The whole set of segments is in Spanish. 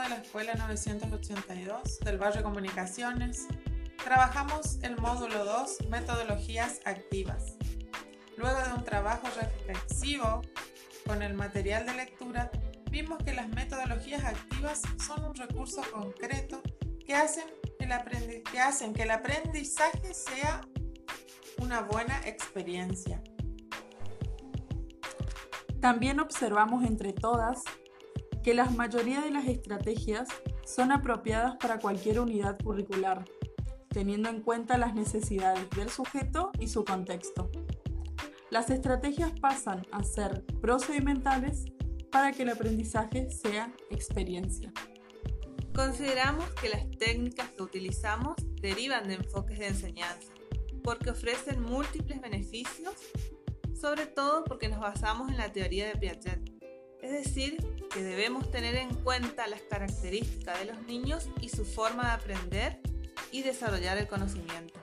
de la Escuela 982 del barrio Comunicaciones. Trabajamos el módulo 2, metodologías activas. Luego de un trabajo reflexivo con el material de lectura, vimos que las metodologías activas son un recurso concreto que hacen que el aprendizaje sea una buena experiencia. También observamos entre todas que la mayoría de las estrategias son apropiadas para cualquier unidad curricular, teniendo en cuenta las necesidades del sujeto y su contexto. Las estrategias pasan a ser procedimentales para que el aprendizaje sea experiencia. Consideramos que las técnicas que utilizamos derivan de enfoques de enseñanza, porque ofrecen múltiples beneficios, sobre todo porque nos basamos en la teoría de Piaget. Es decir, que debemos tener en cuenta las características de los niños y su forma de aprender y desarrollar el conocimiento.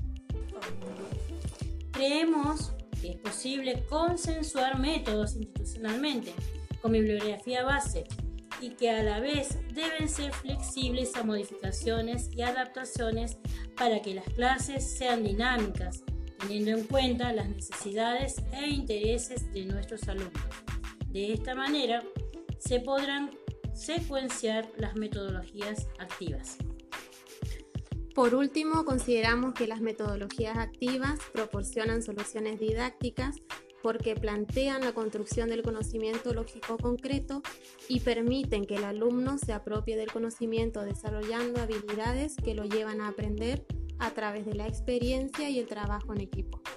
Creemos que es posible consensuar métodos institucionalmente con bibliografía base y que a la vez deben ser flexibles a modificaciones y adaptaciones para que las clases sean dinámicas, teniendo en cuenta las necesidades e intereses de nuestros alumnos. De esta manera, se podrán secuenciar las metodologías activas. Por último, consideramos que las metodologías activas proporcionan soluciones didácticas porque plantean la construcción del conocimiento lógico concreto y permiten que el alumno se apropie del conocimiento desarrollando habilidades que lo llevan a aprender a través de la experiencia y el trabajo en equipo.